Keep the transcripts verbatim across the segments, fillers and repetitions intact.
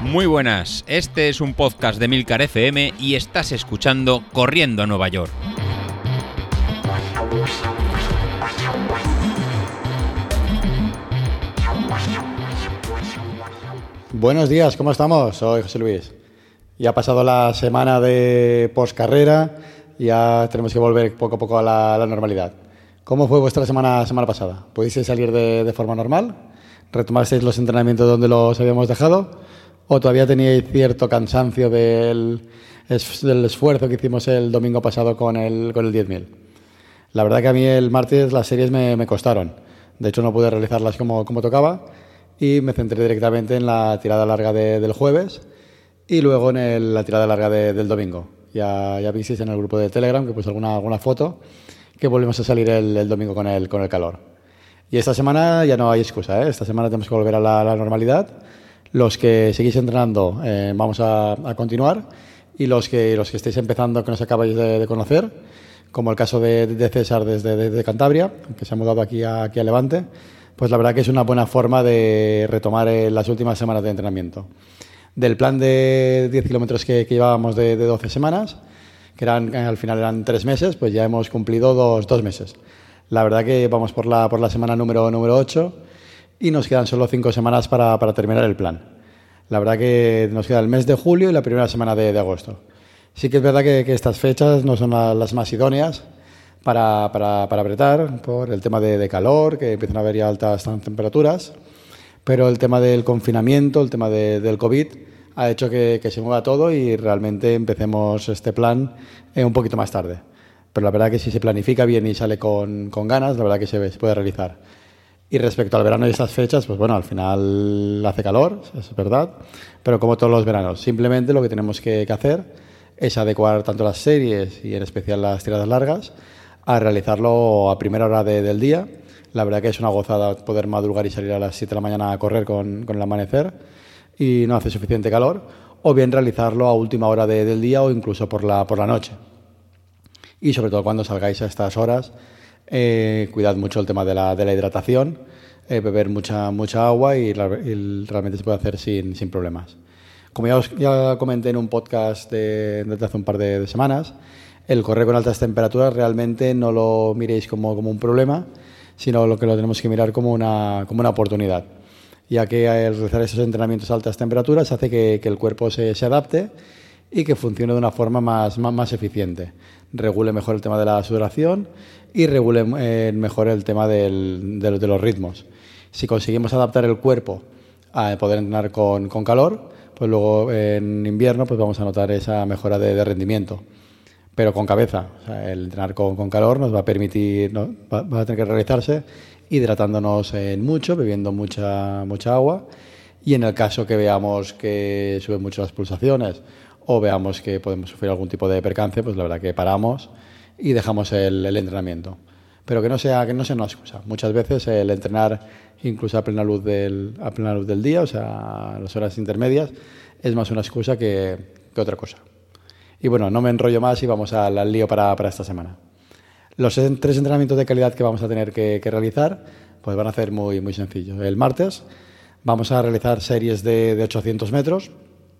Muy buenas, este es un podcast de Milcar F M y estás escuchando Corriendo a Nueva York. Buenos días, ¿cómo estamos? Soy José Luis. Ya ha pasado la semana de poscarrera, ya tenemos que volver poco a poco a la, a la normalidad. ¿Cómo fue vuestra semana, semana pasada? ¿Pudisteis salir de, de forma normal? ¿Retomasteis los entrenamientos donde los habíamos dejado? ¿O todavía teníais cierto cansancio del, del esfuerzo que hicimos el domingo pasado con el, con el diez mil? La verdad que a mí el martes las series me, me costaron. De hecho, no pude realizarlas como, como tocaba y me centré directamente en la tirada larga de, del jueves y luego en el, la tirada larga de, del domingo. Ya, ya visteis en el grupo de Telegram que puse alguna, alguna foto que volvimos a salir el, el domingo con el, con el calor. Y esta semana ya no hay excusa, ¿eh? Esta semana tenemos que volver a la, a la normalidad. Los que seguís entrenando eh, vamos a, a continuar y los que, los que estéis empezando, que nos acabáis de, de conocer, como el caso de, de César desde de, de Cantabria, que se ha mudado aquí a, aquí a Levante, pues la verdad que es una buena forma de retomar eh, las últimas semanas de entrenamiento. Del plan de diez kilómetros que, que llevábamos de, de doce semanas, que eran, al final eran tres meses, pues ya hemos cumplido dos, dos meses. La verdad que vamos por la, por la semana número, número ocho y nos quedan solo cinco semanas para, para terminar el plan. La verdad que nos queda el mes de julio y la primera semana de, de agosto. Sí que es verdad que, que estas fechas no son las más idóneas para, para, para apretar por el tema de, de calor, que empiezan a haber ya altas temperaturas, pero el tema del confinamiento, el tema de, del COVID, ha hecho que, que se mueva todo y realmente empecemos este plan eh, un poquito más tarde. Pero la verdad que si se planifica bien y sale con, con ganas, la verdad que se, se puede realizar. Y respecto al verano y estas fechas, pues bueno, al final hace calor, es verdad, pero como todos los veranos, simplemente lo que tenemos que, que hacer es adecuar tanto las series y en especial las tiradas largas a realizarlo a primera hora de, del día. La verdad que es una gozada poder madrugar y salir a las siete de la mañana a correr con, con el amanecer y no hace suficiente calor, o bien realizarlo a última hora de, del día o incluso por la, por la noche. Y sobre todo cuando salgáis a estas horas, eh, cuidad mucho el tema de la, de la hidratación, eh, beber mucha, mucha agua y, la, y realmente se puede hacer sin, sin problemas. Como ya, os, ya comenté en un podcast de, de hace un par de, de semanas, el correr con altas temperaturas realmente no lo miréis como, como un problema, sino lo que lo tenemos que mirar como una, como una oportunidad, ya que al realizar esos entrenamientos a altas temperaturas hace que, que el cuerpo se, se adapte y que funcione de una forma más, más, más eficiente. Regule mejor el tema de la sudoración y regule eh, mejor el tema del, de, de los ritmos. Si conseguimos adaptar el cuerpo a poder entrenar con, con calor, pues luego en invierno pues vamos a notar esa mejora de, de rendimiento. Pero con cabeza, o sea, el entrenar con, con calor nos va a permitir, ¿no? va, va a tener que realizarse hidratándonos en mucho, bebiendo mucha, mucha agua, y en el caso que veamos que suben mucho las pulsaciones o veamos que podemos sufrir algún tipo de percance, pues la verdad que paramos y dejamos el, el entrenamiento. Pero que no sea que no sea una excusa. Muchas veces el entrenar incluso a plena luz del, a plena luz del día, o sea, a las horas intermedias, es más una excusa que, que otra cosa. Y bueno, no me enrollo más y vamos al, al lío para, para esta semana. Los tres entrenamientos de calidad que vamos a tener que, que realizar pues van a ser muy, muy sencillos. El martes vamos a realizar series de, de ochocientos metros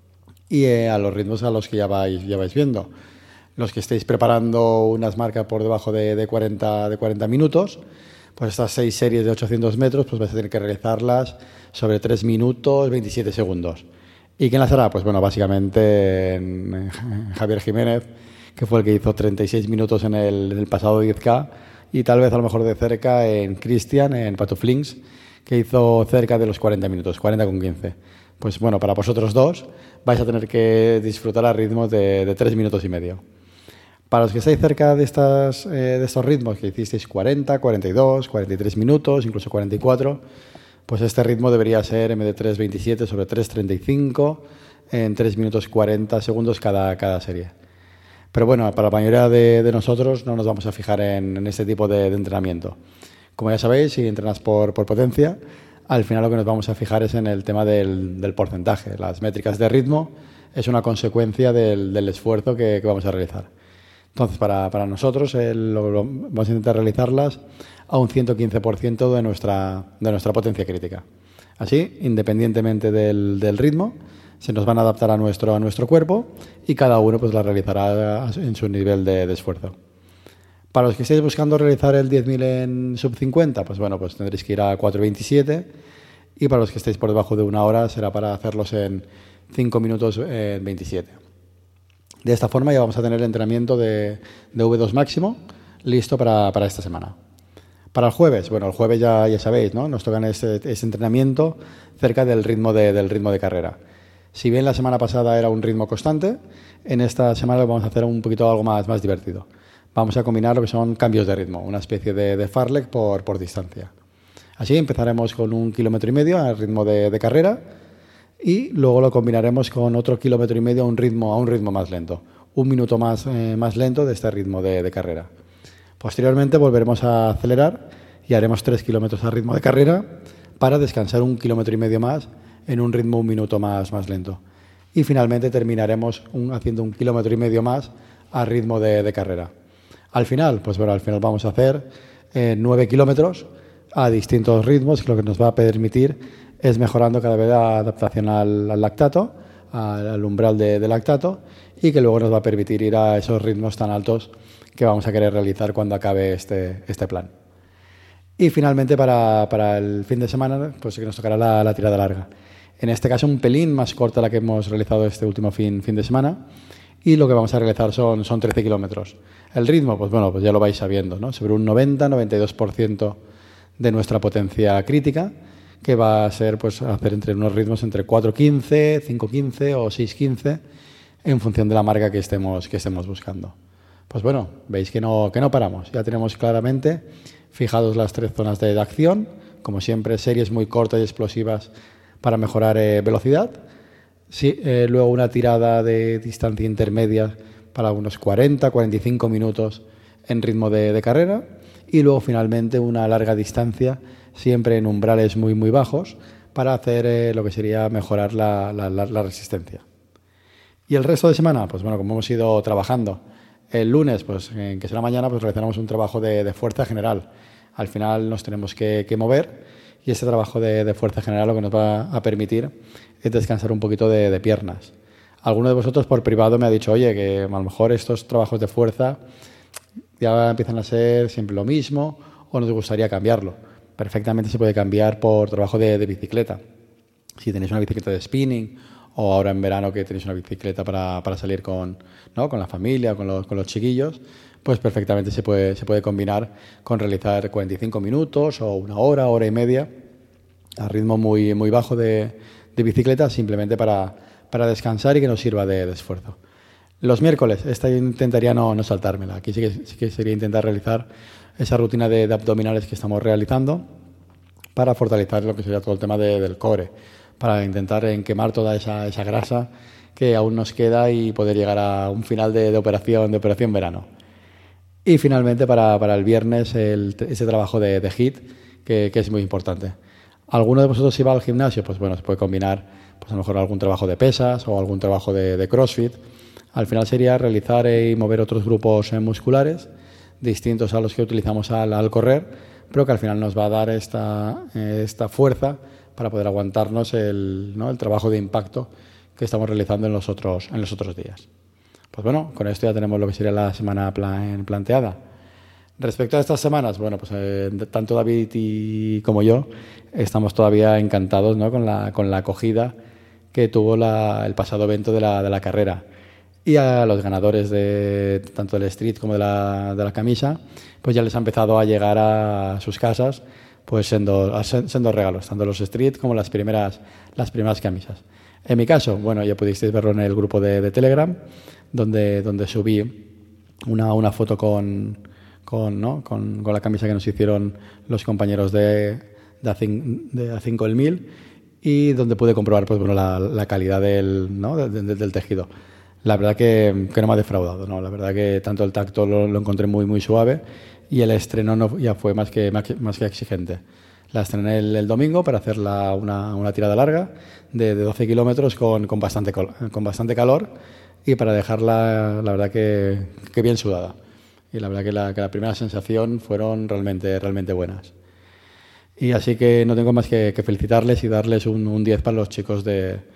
y eh, a los ritmos a los que ya vais, ya vais viendo. Los que estéis preparando unas marcas por debajo de, de, cuarenta, de cuarenta minutos, pues estas seis series de ochocientos metros pues vais a tener que realizarlas sobre tres minutos veintisiete segundos. ¿Y quién las hará? Pues bueno, básicamente en, en Javier Jiménez, que fue el que hizo treinta y seis minutos en el, en el pasado diez K, y tal vez a lo mejor de cerca en Cristian, en Patuflinks, que hizo cerca de los cuarenta minutos, cuarenta con quince. Pues bueno, para vosotros dos vais a tener que disfrutar a ritmos de, de tres minutos y medio. Para los que estáis cerca de, estas, eh, de estos ritmos, que hicisteis cuarenta, cuarenta y dos, cuarenta y tres minutos, incluso cuarenta y cuatro, pues este ritmo debería ser en vez de tres veintisiete sobre tres treinta y cinco, en tres minutos cuarenta segundos cada, cada serie. Pero bueno, para la mayoría de, de nosotros no nos vamos a fijar en, en este tipo de, de entrenamiento. Como ya sabéis, si entrenas por, por potencia, al final lo que nos vamos a fijar es en el tema del, del porcentaje. Las métricas de ritmo es una consecuencia del, del esfuerzo que, que vamos a realizar. Entonces, para, para nosotros el, lo, lo, vamos a intentar realizarlas a un ciento quince por ciento de nuestra, de nuestra potencia crítica. Así, independientemente del, del ritmo, se nos van a adaptar a nuestro, a nuestro cuerpo y cada uno pues la realizará en su nivel de, de esfuerzo. Para los que estéis buscando realizar el diez mil en sub cincuenta, pues bueno, pues tendréis que ir a cuatro veintisiete, y para los que estéis por debajo de una hora será para hacerlos en cinco minutos en veintisiete. De esta forma ya vamos a tener el entrenamiento de, de V dos máximo listo para, para esta semana. Para el jueves, bueno, el jueves ya, ya sabéis, ¿no? Nos tocan ese, ese entrenamiento cerca del ritmo de, del ritmo de carrera. Si bien la semana pasada era un ritmo constante, en esta semana lo vamos a hacer un poquito algo más, más divertido. Vamos a combinar lo que son cambios de ritmo, una especie de, de fartlek por, por distancia. Así empezaremos con un kilómetro y medio al ritmo de, de carrera y luego lo combinaremos con otro kilómetro y medio a un ritmo, a un ritmo más lento, un minuto más, eh, más lento de este ritmo de, de carrera. Posteriormente volveremos a acelerar y haremos tres kilómetros a ritmo de carrera para descansar un kilómetro y medio más en un ritmo un minuto más, más lento. Y finalmente terminaremos un, haciendo un kilómetro y medio más a ritmo de, de carrera. Al final, pues bueno, al final vamos a hacer eh, nueve kilómetros a distintos ritmos, que lo que nos va a permitir es mejorando cada vez la adaptación al, al lactato, al, al umbral de, de lactato, y que luego nos va a permitir ir a esos ritmos tan altos que vamos a querer realizar cuando acabe este, este plan. Y finalmente para, para el fin de semana, pues que nos tocará la, la tirada larga. En este caso un pelín más corta la que hemos realizado este último fin, fin de semana, y lo que vamos a realizar son, son trece kilómetros. El ritmo, pues bueno, pues ya lo vais sabiendo, ¿no? Sobre un noventa a noventa y dos por ciento de nuestra potencia crítica, que va a ser pues hacer entre unos ritmos entre cuatro quince, cinco quince o seis quince, en función de la marca que estemos, que estemos buscando. Pues bueno, veis que no, que no paramos. Ya tenemos claramente fijados las tres zonas de, de acción, como siempre, series muy cortas y explosivas para mejorar eh, velocidad. Sí, eh, luego una tirada de distancia intermedia para unos cuarenta, cuarenta y cinco minutos en ritmo de, de carrera, y luego finalmente una larga distancia, siempre en umbrales muy muy bajos, para hacer eh, lo que sería mejorar la, la, la, la resistencia. Y el resto de semana, pues bueno, como hemos ido trabajando, el lunes, pues en que será mañana, pues realizaremos un trabajo de, de fuerza general. Al final nos tenemos que, que mover, y ese trabajo de, de fuerza general lo que nos va a permitir es descansar un poquito de, de piernas. Alguno de vosotros por privado me ha dicho, oye, que a lo mejor estos trabajos de fuerza ya empiezan a ser siempre lo mismo o nos gustaría cambiarlo. Perfectamente se puede cambiar por trabajo de, de bicicleta. Si tenéis una bicicleta de spinning, o ahora en verano que tenéis una bicicleta para, para salir con, ¿no? con la familia, con los, con los chiquillos, pues perfectamente se puede, se puede combinar con realizar cuarenta y cinco minutos o una hora, hora y media, a ritmo muy, muy bajo de, de bicicleta, simplemente para, para descansar y que nos sirva de, de esfuerzo. Los miércoles, esta intentaría no, no saltármela. Aquí sí que, sí que sería intentar realizar esa rutina de, de abdominales que estamos realizando para fortalecer lo que sería todo el tema de, del core, para intentar en quemar toda esa, esa grasa que aún nos queda y poder llegar a un final de, de operación de operación verano. Y finalmente para, para el viernes el, ese trabajo de, de HIIT que, que es muy importante. ¿Alguno de vosotros si va al gimnasio? Pues bueno, se puede combinar pues a lo mejor algún trabajo de pesas o algún trabajo de, de CrossFit. Al final sería realizar y mover otros grupos musculares distintos a los que utilizamos al, al correr, pero que al final nos va a dar esta, esta fuerza para poder aguantarnos el, ¿no? el trabajo de impacto que estamos realizando en los otros, en los otros días. Pues bueno, con esto ya tenemos lo que sería la semana plan, planteada. Respecto a estas semanas, bueno, pues eh, tanto David y como yo estamos todavía encantados, ¿no? con, la, con la acogida que tuvo la, el pasado evento de la, de la carrera. Y a los ganadores de tanto del street como de la, de la camisa, pues ya les ha empezado a llegar a sus casas pues siendo, siendo regalos, tanto los street como las primeras, las primeras camisas. En mi caso, bueno, ya pudisteis verlo en el grupo de, de Telegram, donde, donde subí una, una foto con, con, ¿no? con, con la camisa que nos hicieron los compañeros de, de, A cinco el mil, y donde pude comprobar pues, bueno, la, la calidad del, ¿no? de, de, del tejido. La verdad que, que no me ha defraudado, ¿no? La verdad que tanto el tacto lo, lo encontré muy muy suave, y el estreno no, ya fue más que, más, más que exigente. La estrené el, el domingo para hacer la, una, una tirada larga de, de doce kilómetros con, con, bastante, con bastante calor, y para dejarla, la verdad que, que bien sudada. Y la verdad que la, que la primera sensación fueron realmente, realmente buenas. Y así que no tengo más que, que felicitarles y darles un, un diez para los chicos de,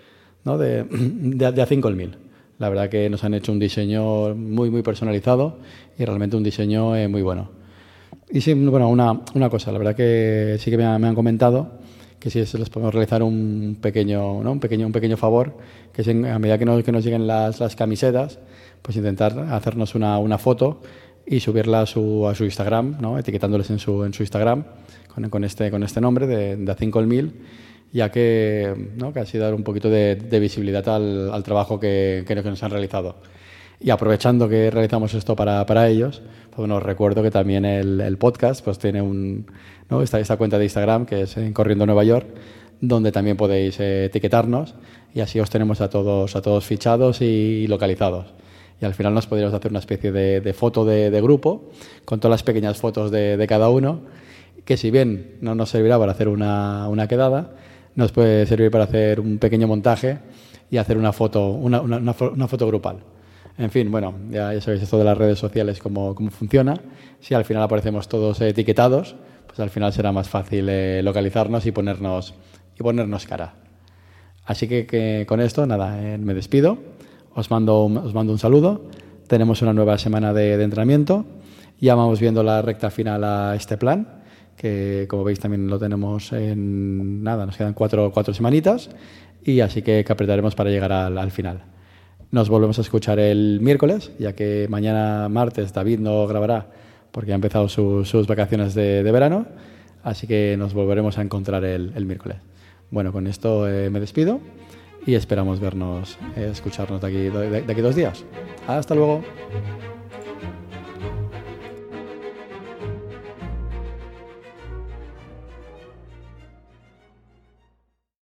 ¿no? de, de, de A cinco el mil. La verdad que nos han hecho un diseño muy, muy personalizado y realmente un diseño eh, muy bueno. Y sí, bueno, una, una cosa, la verdad que sí que me, ha, me han comentado que si les podemos realizar un pequeño, ¿no? un pequeño, un pequeño favor, que es en, a medida que nos, que nos lleguen las, las camisetas, pues intentar hacernos una, una foto y subirla a su, a su Instagram, ¿no? Etiquetándoles en su, en su Instagram con, con, este, con este nombre de, de A cinco el mil, ya que, ¿no? que así dar un poquito de, de visibilidad al, al trabajo que, que nos han realizado. Y aprovechando que realizamos esto para, para ellos, pues bueno, os recuerdo que también el, el podcast pues tiene un, ¿no? esta, esta cuenta de Instagram que es en Corriendo Nueva York, donde también podéis eh, etiquetarnos y así os tenemos a todos, a todos fichados y localizados. Y al final nos podríamos hacer una especie de, de foto de, de grupo con todas las pequeñas fotos de, de cada uno, que si bien no nos servirá para hacer una, una quedada, nos puede servir para hacer un pequeño montaje y hacer una foto, una, una, una, una foto grupal. En fin, bueno, ya, ya sabéis esto de las redes sociales, cómo, cómo funciona. Si al final aparecemos todos eh, etiquetados, pues al final será más fácil eh, localizarnos y ponernos, y ponernos cara. Así que, que con esto, nada, eh, me despido. Os mando, un, os mando un saludo. Tenemos una nueva semana de, de entrenamiento. Ya vamos viendo la recta final a este plan, que como veis también lo tenemos en nada, nos quedan cuatro, cuatro semanitas y así que, que apretaremos para llegar al, al final. Nos volvemos a escuchar el miércoles, ya que mañana martes David no grabará porque ha empezado su, sus vacaciones de, de verano, así que nos volveremos a encontrar el, el miércoles. Bueno, con esto eh, me despido y esperamos vernos, eh, escucharnos de aquí, de, de aquí dos días. Hasta luego.